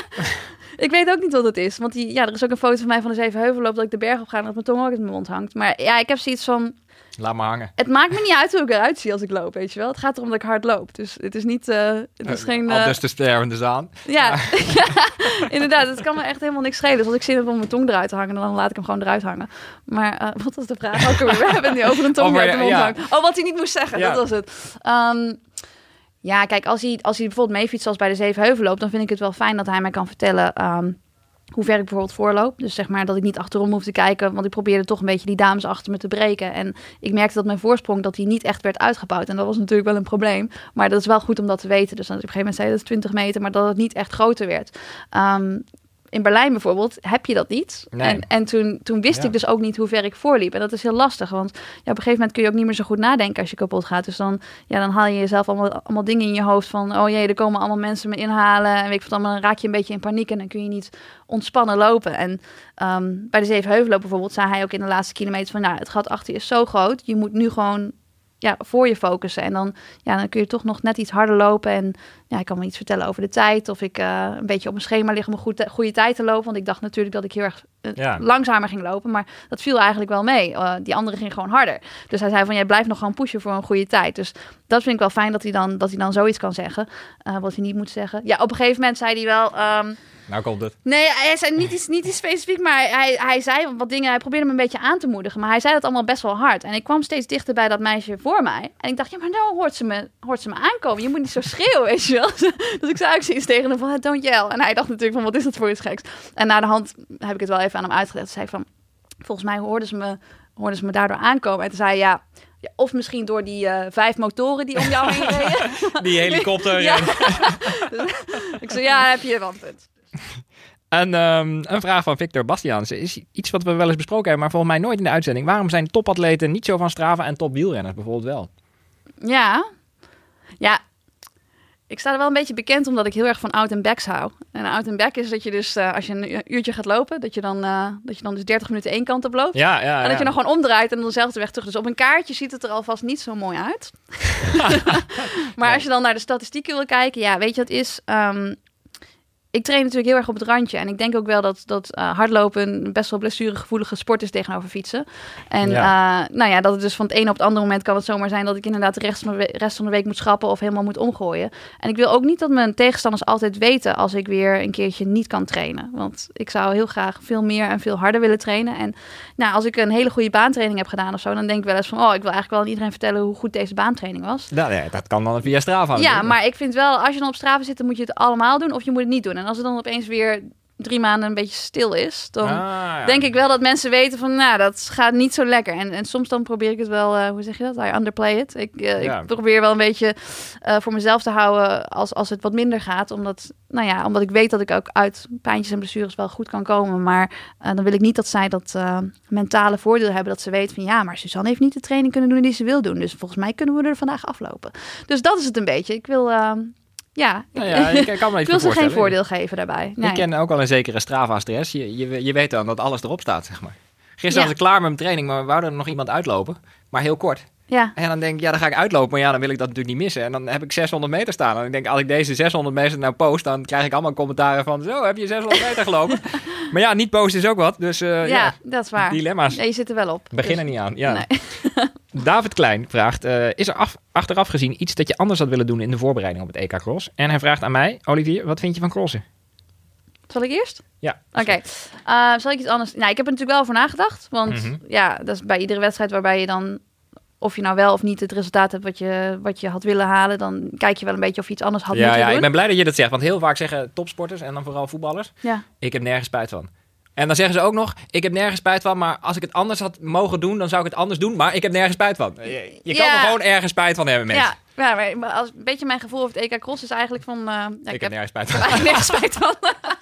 Ik weet ook niet wat het is. Want die, ja, er is ook een foto van mij van de Zevenheuvelloop dat ik de berg op ga en dat mijn tong ook in mijn mond hangt. Maar ja, ik heb zoiets van... Laat maar hangen. Het maakt me niet uit hoe ik eruit zie als ik loop, weet je wel. Het gaat erom dat ik hard loop. Dus het is niet... Uh, het is uh, geen, uh... Al des te stervende zaan. Ja, ja. ja, inderdaad. Het kan me echt helemaal niks schelen. Dus als ik zin heb om mijn tong eruit te hangen, dan laat ik hem gewoon eruit hangen. Maar uh, wat was de vraag? Oh, we hebben het nu over een tong die uit de mond ja. hangt. Oh, wat hij niet moest zeggen. Ja. Dat was het. Um, ja, kijk, als hij, als hij bijvoorbeeld meefietst zoals bij de Zevenheuvelloop, dan vind ik het wel fijn dat hij mij kan vertellen... Um, hoe ver ik bijvoorbeeld voorloop. Dus zeg maar dat ik niet achterom hoef te kijken, want ik probeerde toch een beetje die dames achter me te breken. En ik merkte dat mijn voorsprong, dat die niet echt werd uitgebouwd. En dat was natuurlijk wel een probleem. Maar dat is wel goed om dat te weten. Dus dan op een gegeven moment zei je dat is twintig meter, maar dat het niet echt groter werd. Um, In Berlijn bijvoorbeeld heb je dat niet. Nee. En, en toen, toen wist ja. ik dus ook niet hoe ver ik voorliep. En dat is heel lastig, want ja, op een gegeven moment kun je ook niet meer zo goed nadenken als je kapot gaat. Dus dan, ja, dan haal je jezelf allemaal, allemaal dingen in je hoofd van, oh jee, er komen allemaal mensen me inhalen. En weet ik wat allemaal, dan raak je een beetje in paniek en dan kun je niet ontspannen lopen. En um, bij de Zevenheuvelloop bijvoorbeeld zei hij ook in de laatste kilometer van, nou, het gat achter je is zo groot. Je moet nu gewoon ja, voor je focussen. En dan, ja, dan kun je toch nog net iets harder lopen. En ja, ik kan me iets vertellen over de tijd. Of ik uh, een beetje op mijn schema lig om een goed, goede tijd te lopen. Want ik dacht natuurlijk dat ik heel erg uh, Ja. langzamer ging lopen. Maar dat viel eigenlijk wel mee. Uh, die andere ging gewoon harder. Dus hij zei van, jij blijft nog gewoon pushen voor een goede tijd. Dus dat vind ik wel fijn dat hij dan, dat hij dan zoiets kan zeggen. Uh, wat hij niet moet zeggen. Ja, op een gegeven moment zei hij wel... Um, Nou komt het. Nee, hij zei niet iets, niet iets specifiek, maar hij, hij zei wat dingen. Hij probeerde me een beetje aan te moedigen, maar hij zei dat allemaal best wel hard. En ik kwam steeds dichter bij dat meisje voor mij. En ik dacht, ja, maar nou hoort ze me, hoort ze me aankomen. Je moet niet zo schreeuwen, weet je wel. Dus ik zei ook zoiets tegen hem van, don't yell. En hij dacht natuurlijk van, wat is dat voor iets geks? En na de hand heb ik het wel even aan hem uitgelegd. Toen zei ik van, volgens mij hoorden ze me, hoorden ze me daardoor aankomen. En toen zei hij, ja... Ja, of misschien door die uh, vijf motoren die om jou heen reden. Die helikopter. Ja. Ik zei, ja, heb je wel een punt. En um, een vraag van Victor Bastiaans is iets wat we wel eens besproken hebben, maar volgens mij nooit in de uitzending. Waarom zijn topatleten niet zo van Strava en topwielrenners bijvoorbeeld wel? Ja, ja. Ik sta er wel een beetje bekend omdat ik heel erg van out and backs hou. En out and back is dat je dus, uh, als je een uurtje gaat lopen, dat je dan, uh, dat je dan dus dertig minuten één kant op loopt. Ja, ja, ja. En dat je dan gewoon omdraait en dan dezelfde weg terug. Dus op een kaartje ziet het er alvast niet zo mooi uit. Maar nee. Als je dan naar de statistieken wil kijken, ja, weet je wat is... Um, ik train natuurlijk heel erg op het randje. En ik denk ook wel dat, dat uh, hardlopen een best wel blessuregevoelige sport is tegenover fietsen. En ja. Uh, nou ja, dat het dus van het ene op het andere moment kan het zomaar zijn dat ik inderdaad de rest van de, we- rest van de week moet schrappen of helemaal moet omgooien. En ik wil ook niet dat mijn tegenstanders altijd weten als ik weer een keertje niet kan trainen. Want ik zou heel graag veel meer en veel harder willen trainen. En nou, als ik een hele goede baantraining heb gedaan of zo, dan denk ik wel eens van, oh, ik wil eigenlijk wel aan iedereen vertellen hoe goed deze baantraining was. Nou, ja, dat kan dan via Strava. Ja, doen. Maar ik vind wel, als je dan op Strava zit, dan moet je het allemaal doen of je moet het niet doen. En als het dan opeens weer drie maanden een beetje stil is, dan ah, ja. denk ik wel dat mensen weten van, nou, dat gaat niet zo lekker. En, en soms dan probeer ik het wel, uh, hoe zeg je dat? I underplay it. Ik, uh, ja. ik probeer wel een beetje uh, voor mezelf te houden als, als het wat minder gaat. Omdat, nou ja, omdat ik weet dat ik ook uit pijntjes en blessures wel goed kan komen. Maar uh, dan wil ik niet dat zij dat uh, mentale voordeel hebben, dat ze weten van, ja, maar Suzanne heeft niet de training kunnen doen die ze wil doen. Dus volgens mij kunnen we er vandaag aflopen. Dus dat is het een beetje. Ik wil... Uh, Ja, nou ja, ik kan me ik wil ze geen voordeel geven daarbij. Nee. Ik ken ook wel een zekere Strava-stress. Je, je, je weet dan dat alles erop staat, zeg maar. Gisteren ja. was ik klaar met mijn training, maar we wouden er nog iemand uitlopen. Maar heel kort. Ja. En dan denk ik, ja, dan ga ik uitlopen. Maar ja, dan wil ik dat natuurlijk niet missen. En dan heb ik zeshonderd meter staan. En ik denk, als ik deze zeshonderd meter nou post, dan krijg ik allemaal commentaren van, zo, heb je zeshonderd meter gelopen? Maar ja, niet posten is ook wat. Dus uh, ja, ja, dat is waar. Dilemma's. Ja, je zit er wel op. Begin dus... er niet aan. Ja. Nee. David Klein vraagt, uh, is er af, achteraf gezien iets dat je anders had willen doen in de voorbereiding op het E K Cross? En hij vraagt aan mij, Olivier, wat vind je van crossen? Zal ik eerst? Ja. Oké. Okay. Uh, zal ik iets anders... Nou, ik heb er natuurlijk wel over nagedacht. Want mm-hmm. ja, dat is bij iedere wedstrijd waarbij je dan... Of je nou wel of niet het resultaat hebt wat je, wat je had willen halen, dan kijk je wel een beetje of je iets anders had ja, moeten ja, doen. Ik ben blij dat je dat zegt, want heel vaak zeggen topsporters en dan vooral voetballers, ja. ik heb nergens spijt van. En dan zeggen ze ook nog, ik heb nergens spijt van, maar als ik het anders had mogen doen, dan zou ik het anders doen, maar ik heb nergens spijt van. Je, je kan ja. er gewoon ergens spijt van hebben, mensen. Ja, ja maar als, een beetje mijn gevoel over het E K Cross is eigenlijk van... Uh, ja, ik, ik heb nergens spijt van. Ik heb eigenlijk nergens spijt van.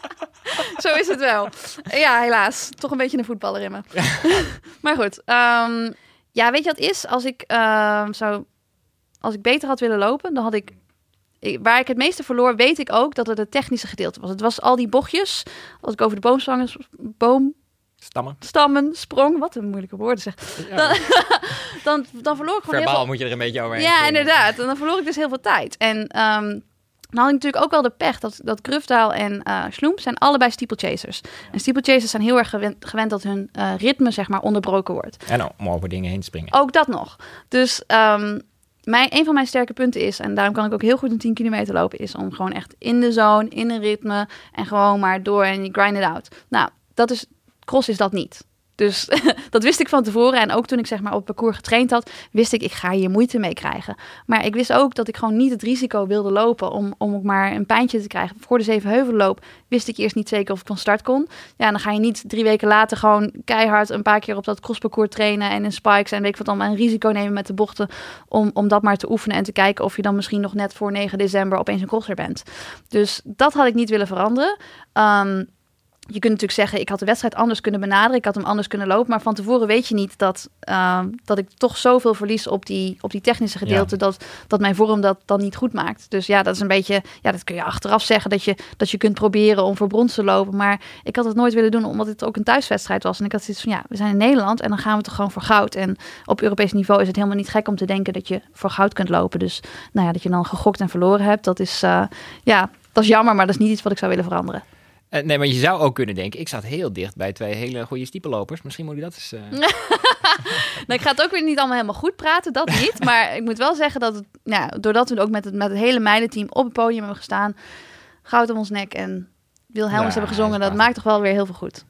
Zo is het wel. Ja, helaas. Toch een beetje een voetballer in me. Ja. Maar goed. Um, ja, weet je wat is? Als ik, uh, zou, als ik beter had willen lopen, dan had ik... Ik, waar ik het meeste verloor, weet ik ook dat het het technische gedeelte was. Het was al die bochtjes. Als ik over de boomstammen... Boom, Stammen. Stammen, sprong. Wat een moeilijke woorden zeg. Ja. Dan, dan, dan verloor ik gewoon Verbaal heel veel... moet je er een beetje overheen. Ja, springen. Inderdaad. En dan verloor ik dus heel veel tijd. En um, dan had ik natuurlijk ook wel de pech dat, dat Grufdaal en uh, Sloemp zijn allebei steeplechasers. En steeplechasers zijn heel erg gewend, gewend dat hun uh, ritme zeg maar onderbroken wordt. En om over dingen heen te springen. Ook dat nog. Dus... Um, Mijn, een van mijn sterke punten is, en daarom kan ik ook heel goed een tien kilometer lopen, is om gewoon echt in de zone, in een ritme en gewoon maar door en grind it out. Nou, dat is, cross is dat niet. Dus dat wist ik van tevoren. En ook toen ik zeg maar op het parcours getraind had, wist ik, ik ga hier moeite mee krijgen. Maar ik wist ook dat ik gewoon niet het risico wilde lopen om, om ook maar een pijntje te krijgen. Voor de Zevenheuvelenloop wist ik eerst niet zeker of ik van start kon. Ja, en dan ga je niet drie weken later gewoon keihard een paar keer op dat crossparcours trainen en in spikes en weet ik wat allemaal, een risico nemen met de bochten om, om dat maar te oefenen en te kijken of je dan misschien nog net voor negen december opeens een crosser bent. Dus dat had ik niet willen veranderen. Um, Je kunt natuurlijk zeggen, ik had de wedstrijd anders kunnen benaderen. Ik had hem anders kunnen lopen. Maar van tevoren weet je niet dat, uh, dat ik toch zoveel verlies op die, op die technische gedeelte. Ja. Dat, dat mijn vorm dat dan niet goed maakt. Dus ja, dat is een beetje, ja, dat kun je achteraf zeggen. Dat je, dat je kunt proberen om voor brons te lopen. Maar ik had het nooit willen doen, omdat het ook een thuiswedstrijd was. En ik had zoiets van, ja, we zijn in Nederland en dan gaan we toch gewoon voor goud. En op Europees niveau is het helemaal niet gek om te denken dat je voor goud kunt lopen. Dus nou ja, dat je dan gegokt en verloren hebt. Dat is, uh, ja, dat is jammer, maar dat is niet iets wat ik zou willen veranderen. Uh, nee, maar je zou ook kunnen denken, ik zat heel dicht bij twee hele goede stiepellopers. Misschien moet je dat eens... Uh... nou, ik ga het ook weer niet allemaal helemaal goed praten, dat niet. Maar ik moet wel zeggen dat, het, nou, doordat we ook met het, met het hele meidenteam op het podium hebben gestaan, goud om ons nek en Wilhelmus ja, hebben gezongen, dat maakt toch wel weer heel veel goed.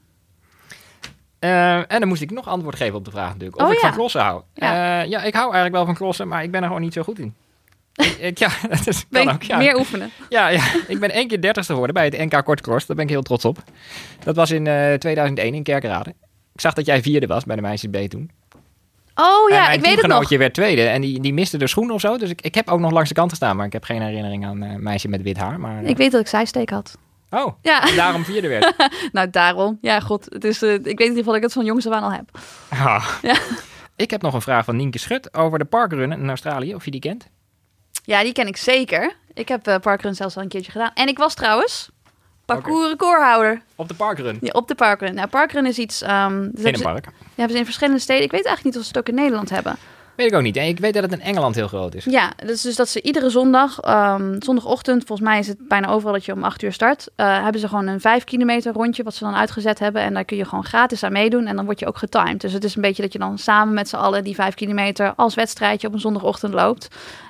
Uh, en dan moest ik nog antwoord geven op de vraag natuurlijk, of oh, ik ja. van crossen hou. Ja. Uh, ja, ik hou eigenlijk wel van crossen, maar ik ben er gewoon niet zo goed in. ik, ik, ja, dat is, kan ook, ja. Meer oefenen. Ja, ja, ik ben één keer dertigste geworden bij het N K Kortcross. Daar ben ik heel trots op. Dat was in uh, tweeduizend één in Kerkrade. Ik zag dat jij vierde was bij de meisjes B toen. Oh ja, ik weet het nog. Mijn teamgenootje werd tweede en die, die miste de schoen of zo. Dus ik, ik heb ook nog langs de kant gestaan, maar ik heb geen herinnering aan een uh, meisje met wit haar. Maar, uh... Ik weet dat ik zijsteek had. Oh, ja. En daarom vierde werd. Nou, daarom. Ja, god. Het is, uh, ik weet in ieder geval dat ik het van jongs af aan al heb. Ah. Ja. Ik heb nog een vraag van Nienke Schut over de parkrunnen in Australië, of je die kent. Ja, die ken ik zeker. Ik heb uh, parkrun zelfs al een keertje gedaan. En ik was trouwens parcoursrecordhouder. Okay. Op de parkrun? Ja, op de parkrun. Nou, parkrun is iets... Um, in een park? Ja, hebben ze in verschillende steden. Ik weet eigenlijk niet of ze het ook in Nederland hebben. Weet ik ook niet. En ik weet dat het in Engeland heel groot is. Ja, dat is dus dat ze iedere zondag, um, zondagochtend, volgens mij is het bijna overal dat je om acht uur start, uh, hebben ze gewoon een vijf kilometer rondje wat ze dan uitgezet hebben. En daar kun je gewoon gratis aan meedoen en dan word je ook getimed. Dus het is een beetje dat je dan samen met z'n allen die vijf kilometer als wedstrijdje op een zondagochtend loopt.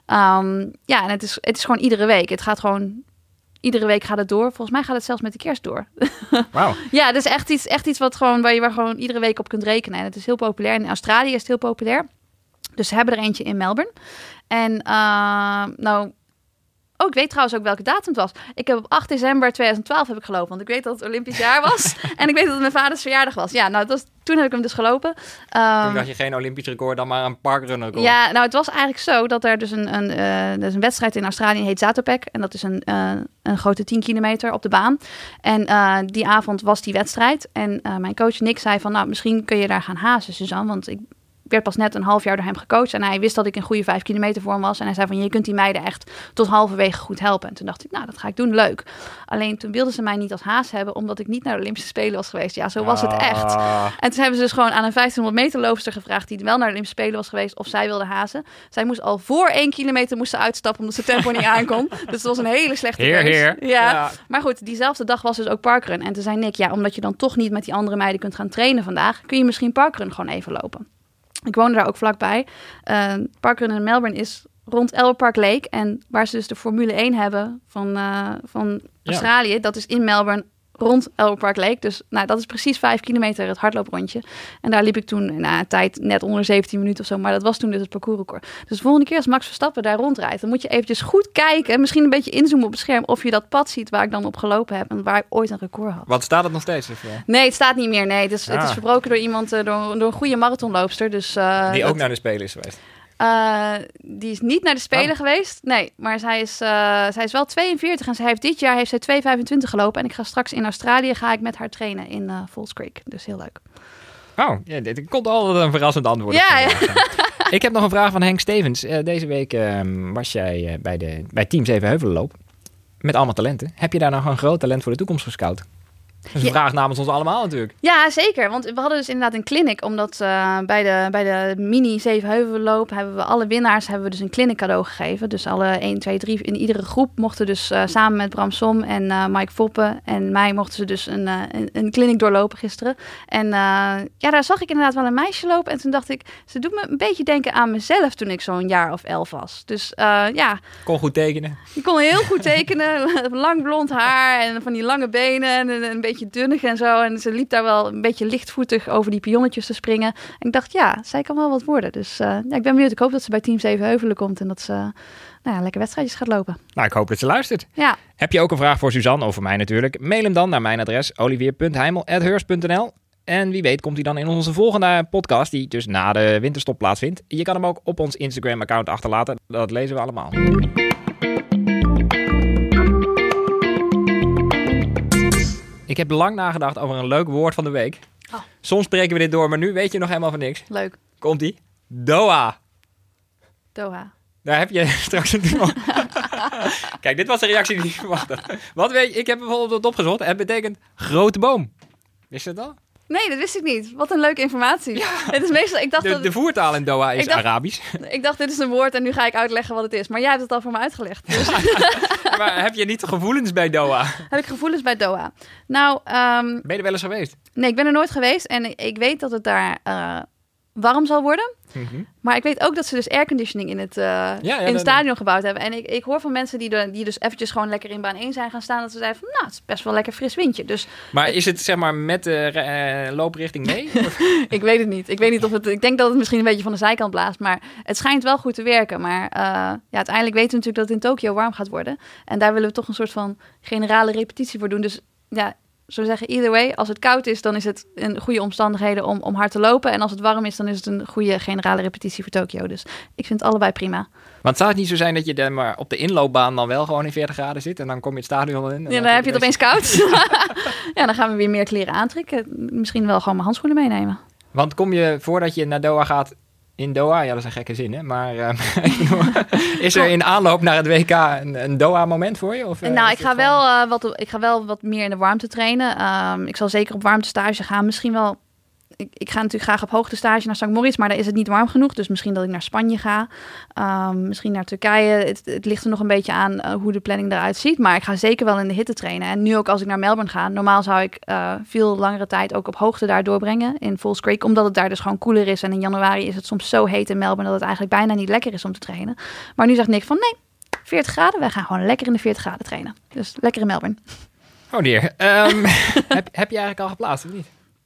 Um, ja, en het is, het is gewoon iedere week. Het gaat gewoon... Iedere week gaat het door. Volgens mij gaat het zelfs met de kerst door. Wauw. Ja, het is echt iets, echt iets wat gewoon, waar je waar gewoon iedere week op kunt rekenen. En het is heel populair. In Australië is het heel populair. Dus ze hebben er eentje in Melbourne. En uh, nou... Oh, ik weet trouwens ook welke datum het was. Ik heb op acht december tweeduizend twaalf heb ik gelopen. Want ik weet dat het Olympisch jaar was. En ik weet dat het mijn vaders verjaardag was. Ja, nou, dat was, toen heb ik hem dus gelopen. Um, toen dacht je geen Olympisch record, dan maar een parkrun record. Ja, nou, het was eigenlijk zo dat er dus een, een, uh, er is een wedstrijd in Australië heet Zatopek. En dat is een, uh, een grote tien kilometer op de baan. En uh, die avond was die wedstrijd. En uh, mijn coach Nick zei van, nou, misschien kun je daar gaan hazen, Suzanne. Want ik... Ik werd pas net een half jaar door hem gecoacht. En hij wist dat ik een goede vijf kilometer voor hem was. En hij zei van, je kunt die meiden echt tot halverwege goed helpen. En toen dacht ik, nou, dat ga ik doen, leuk. Alleen toen wilden ze mij niet als haas hebben, omdat ik niet naar de Olympische Spelen was geweest. Ja, zo was ah. het echt. En toen hebben ze dus gewoon aan een vijftienhonderd meter loopster gevraagd, die wel naar de Olympische Spelen was geweest, of zij wilde hazen. Zij moest al voor één kilometer moesten uitstappen, omdat ze tempo niet aankon. Dus het was een hele slechte heer, keus. Heer. Ja. ja. Maar goed, diezelfde dag was dus ook parkrun. En toen zei Nick, ja, omdat je dan toch niet met die andere meiden kunt gaan trainen vandaag, kun je misschien parkrun gewoon even lopen. Ik woonde daar ook vlakbij. Uh, parkrun in Melbourne is rond Albert Park Lake. En waar ze dus de Formule één hebben van, uh, van Australië, ja. Dat is in Melbourne rond Albert Park Lake. Dus nou, dat is precies vijf kilometer het hardlooprondje. En daar liep ik toen na een tijd net onder zeventien minuten of zo. Maar dat was toen dus het parcoursrecord. Dus de volgende keer als Max Verstappen daar rondrijdt, dan moet je eventjes goed kijken. Misschien een beetje inzoomen op het scherm of je dat pad ziet waar ik dan op gelopen heb. En waar ik ooit een record had. Wat staat het nog steeds? Of, uh... Nee, het staat niet meer. Nee, het is, ah. het is verbroken door iemand, uh, door, door een goede marathonloopster. Dus, uh, die ook dat... naar de Spelen is geweest. Uh, die is niet naar de Spelen oh. geweest. Nee, maar zij is, uh, zij is wel tweeënveertig en zij heeft dit jaar heeft zij twee vijfentwintig gelopen. En ik ga straks in Australië ga ik met haar trainen in uh, Falls Creek. Dus heel leuk. Oh, ja, dit komt altijd een verrassend antwoord. Ja, ja. Ik heb nog een vraag van Henk Stevens. Uh, deze week uh, was jij uh, bij, de, bij Team Zevenheuvelenloop met allemaal talenten. Heb je daar nog een groot talent voor de toekomst gescout? Dat is een ja. vraag namens ons allemaal natuurlijk. Ja, zeker. Want we hadden dus inderdaad een clinic. Omdat uh, bij, de, bij de mini Zevenheuvelenloop hebben we alle winnaars hebben we dus een clinic cadeau gegeven. Dus alle één, twee, drie in iedere groep mochten dus uh, samen met Bram Som en uh, Mike Voppen en mij mochten ze dus een, uh, een, een clinic doorlopen gisteren. En uh, ja, daar zag ik inderdaad wel een meisje lopen. En toen dacht ik, ze doet me een beetje denken aan mezelf toen ik zo'n jaar of elf was. Dus uh, ja. Kon goed tekenen. Ik kon heel goed tekenen. Lang blond haar en van die lange benen en een, een beetje beetje dunnig en zo. En ze liep daar wel een beetje lichtvoetig over die pionnetjes te springen. En ik dacht, ja, zij kan wel wat worden. Dus uh, ja, ik ben benieuwd. Ik hoop dat ze bij Team Zevenheuvelen komt en dat ze nou ja, lekker wedstrijdjes gaat lopen. Nou, ik hoop dat ze luistert. Ja. Heb je ook een vraag voor Suzanne of voor mij natuurlijk? Mail hem dan naar mijn adres olivier punt heimel apenstaartje heurst punt n l. En wie weet komt hij dan in onze volgende podcast, die dus na de winterstop plaatsvindt. Je kan hem ook op ons Instagram-account achterlaten. Dat lezen we allemaal. Ik heb lang nagedacht over een leuk woord van de week. Oh. Soms spreken we dit door, maar nu weet je nog helemaal van niks. Leuk. Komt-ie? Doha. Doha. Daar heb je straks een... Kijk, dit was de reactie die ik verwachtte. Wat weet je, ik heb bijvoorbeeld wat opgezocht. Het betekent grote boom. Wist je dat al? Nee, dat wist ik niet. Wat een leuke informatie. Ja. Het is meestal, ik dacht de, dat, de voertaal in Doha is dacht, Arabisch. Ik dacht, dit is een woord en nu ga ik uitleggen wat het is. Maar jij hebt het al voor me uitgelegd. Dus. Maar heb je niet gevoelens bij Doha? Heb ik gevoelens bij Doha? Nou, um, ben je er wel eens geweest? Nee, ik ben er nooit geweest. En ik, ik weet dat het daar uh, warm zal worden. Mm-hmm. Maar ik weet ook dat ze dus airconditioning in het, uh, ja, ja, in het stadion gebouwd hebben. En ik, ik hoor van mensen die, de, die dus eventjes gewoon lekker in baan één zijn gaan staan. Dat ze zeiden van, nou, het is best wel lekker fris windje. Dus, maar is het zeg maar met de uh, looprichting mee? Ik weet het niet. Ik weet niet of het. Ik denk dat het misschien een beetje van de zijkant blaast. Maar het schijnt wel goed te werken. Maar uh, ja, uiteindelijk weten we natuurlijk dat het in Tokio warm gaat worden. En daar willen we toch een soort van generale repetitie voor doen. Dus ja, zo zeggen, either way, als het koud is, dan is het een goede omstandigheden om, om hard te lopen. En als het warm is, dan is het een goede generale repetitie voor Tokio. Dus ik vind het allebei prima. Want zou het niet zo zijn dat je dan maar op de inloopbaan dan wel gewoon in veertig graden zit en dan kom je het stadion in? En ja, dan, dan heb je het opeens koud. Ja, dan gaan we weer meer kleren aantrekken. Misschien wel gewoon mijn handschoenen meenemen. Want kom je, voordat je naar Doha gaat, in Doha, ja, dat is een gekke zin, hè? Maar uh, is er in aanloop naar het W K een, een Doha-moment voor je? Of, uh, nou, ik ga, wel, uh, wat, ik ga wel wat meer in de warmte trainen. Um, ik zal zeker op warmtestage gaan. Misschien wel... Ik, ik ga natuurlijk graag op hoogtestage naar Sankt Moritz, maar daar is het niet warm genoeg. Dus misschien dat ik naar Spanje ga. Um, misschien naar Turkije. Het, het ligt er nog een beetje aan uh, hoe de planning eruit ziet. Maar ik ga zeker wel in de hitte trainen. En nu ook als ik naar Melbourne ga. Normaal zou ik uh, veel langere tijd ook op hoogte daar doorbrengen. In Falls Creek. Omdat het daar dus gewoon koeler is. En in januari is het soms zo heet in Melbourne dat het eigenlijk bijna niet lekker is om te trainen. Maar nu zegt Nick van nee, veertig graden. Wij gaan gewoon lekker in de veertig graden trainen. Dus lekker in Melbourne. Oh dear. Um, heb, heb je eigenlijk al geplaatst of niet?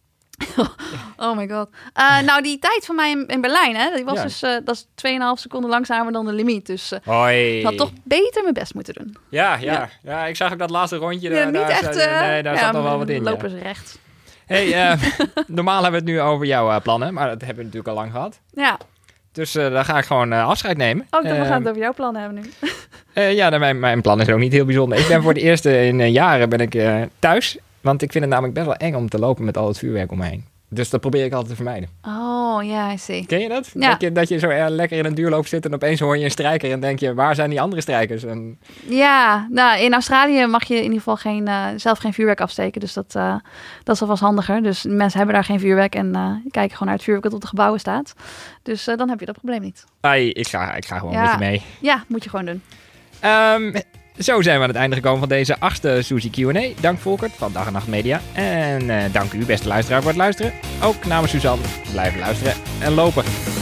Oh my god. Uh, nou, die tijd van mij in, in Berlijn, hè, die was ja. dus, uh, dat is twee komma vijf seconden langzamer dan de limiet. Dus uh, Hoi. ik had toch beter mijn best moeten doen. Ja, ja. ja. ja ik zag ook dat laatste rondje. Ja, daar, niet daar, echt. Uh, nee, daar ja, zat nog wel wat in. Lopen ja. ze recht. Hey, uh, normaal hebben we het nu over jouw uh, plannen, maar dat hebben we natuurlijk al lang gehad. Ja. Dus uh, daar ga ik gewoon uh, afscheid nemen. Oh, ik dacht, uh, we gaan het over jouw plannen hebben nu. uh, ja, nou, mijn, mijn plan is ook niet heel bijzonder. Ik ben voor het eerst in uh, jaren ben ik uh, thuis, want ik vind het namelijk best wel eng om te lopen met al het vuurwerk om me heen. Dus dat probeer ik altijd te vermijden. Oh, ja, I see. Ken je dat? Ja. Dat, je, dat je zo uh, lekker in een duurloop zit en opeens hoor je een strijker en denk je, waar zijn die andere strijkers? En... Ja, nou, in Australië mag je in ieder geval geen, uh, zelf geen vuurwerk afsteken. Dus dat, uh, dat is alvast handiger. Dus mensen hebben daar geen vuurwerk en uh, kijken gewoon naar het vuurwerk dat op de gebouwen staat. Dus uh, dan heb je dat probleem niet. Ai, ik, ga, ik ga gewoon ja. met je mee. Ja, moet je gewoon doen. Um, Zo zijn we aan het einde gekomen van deze achtste Suzy Q en A. Dank Volkert van Dag en Nacht Media. En uh, dank u, beste luisteraar, voor het luisteren. Ook namens Suzanne, blijven luisteren en lopen.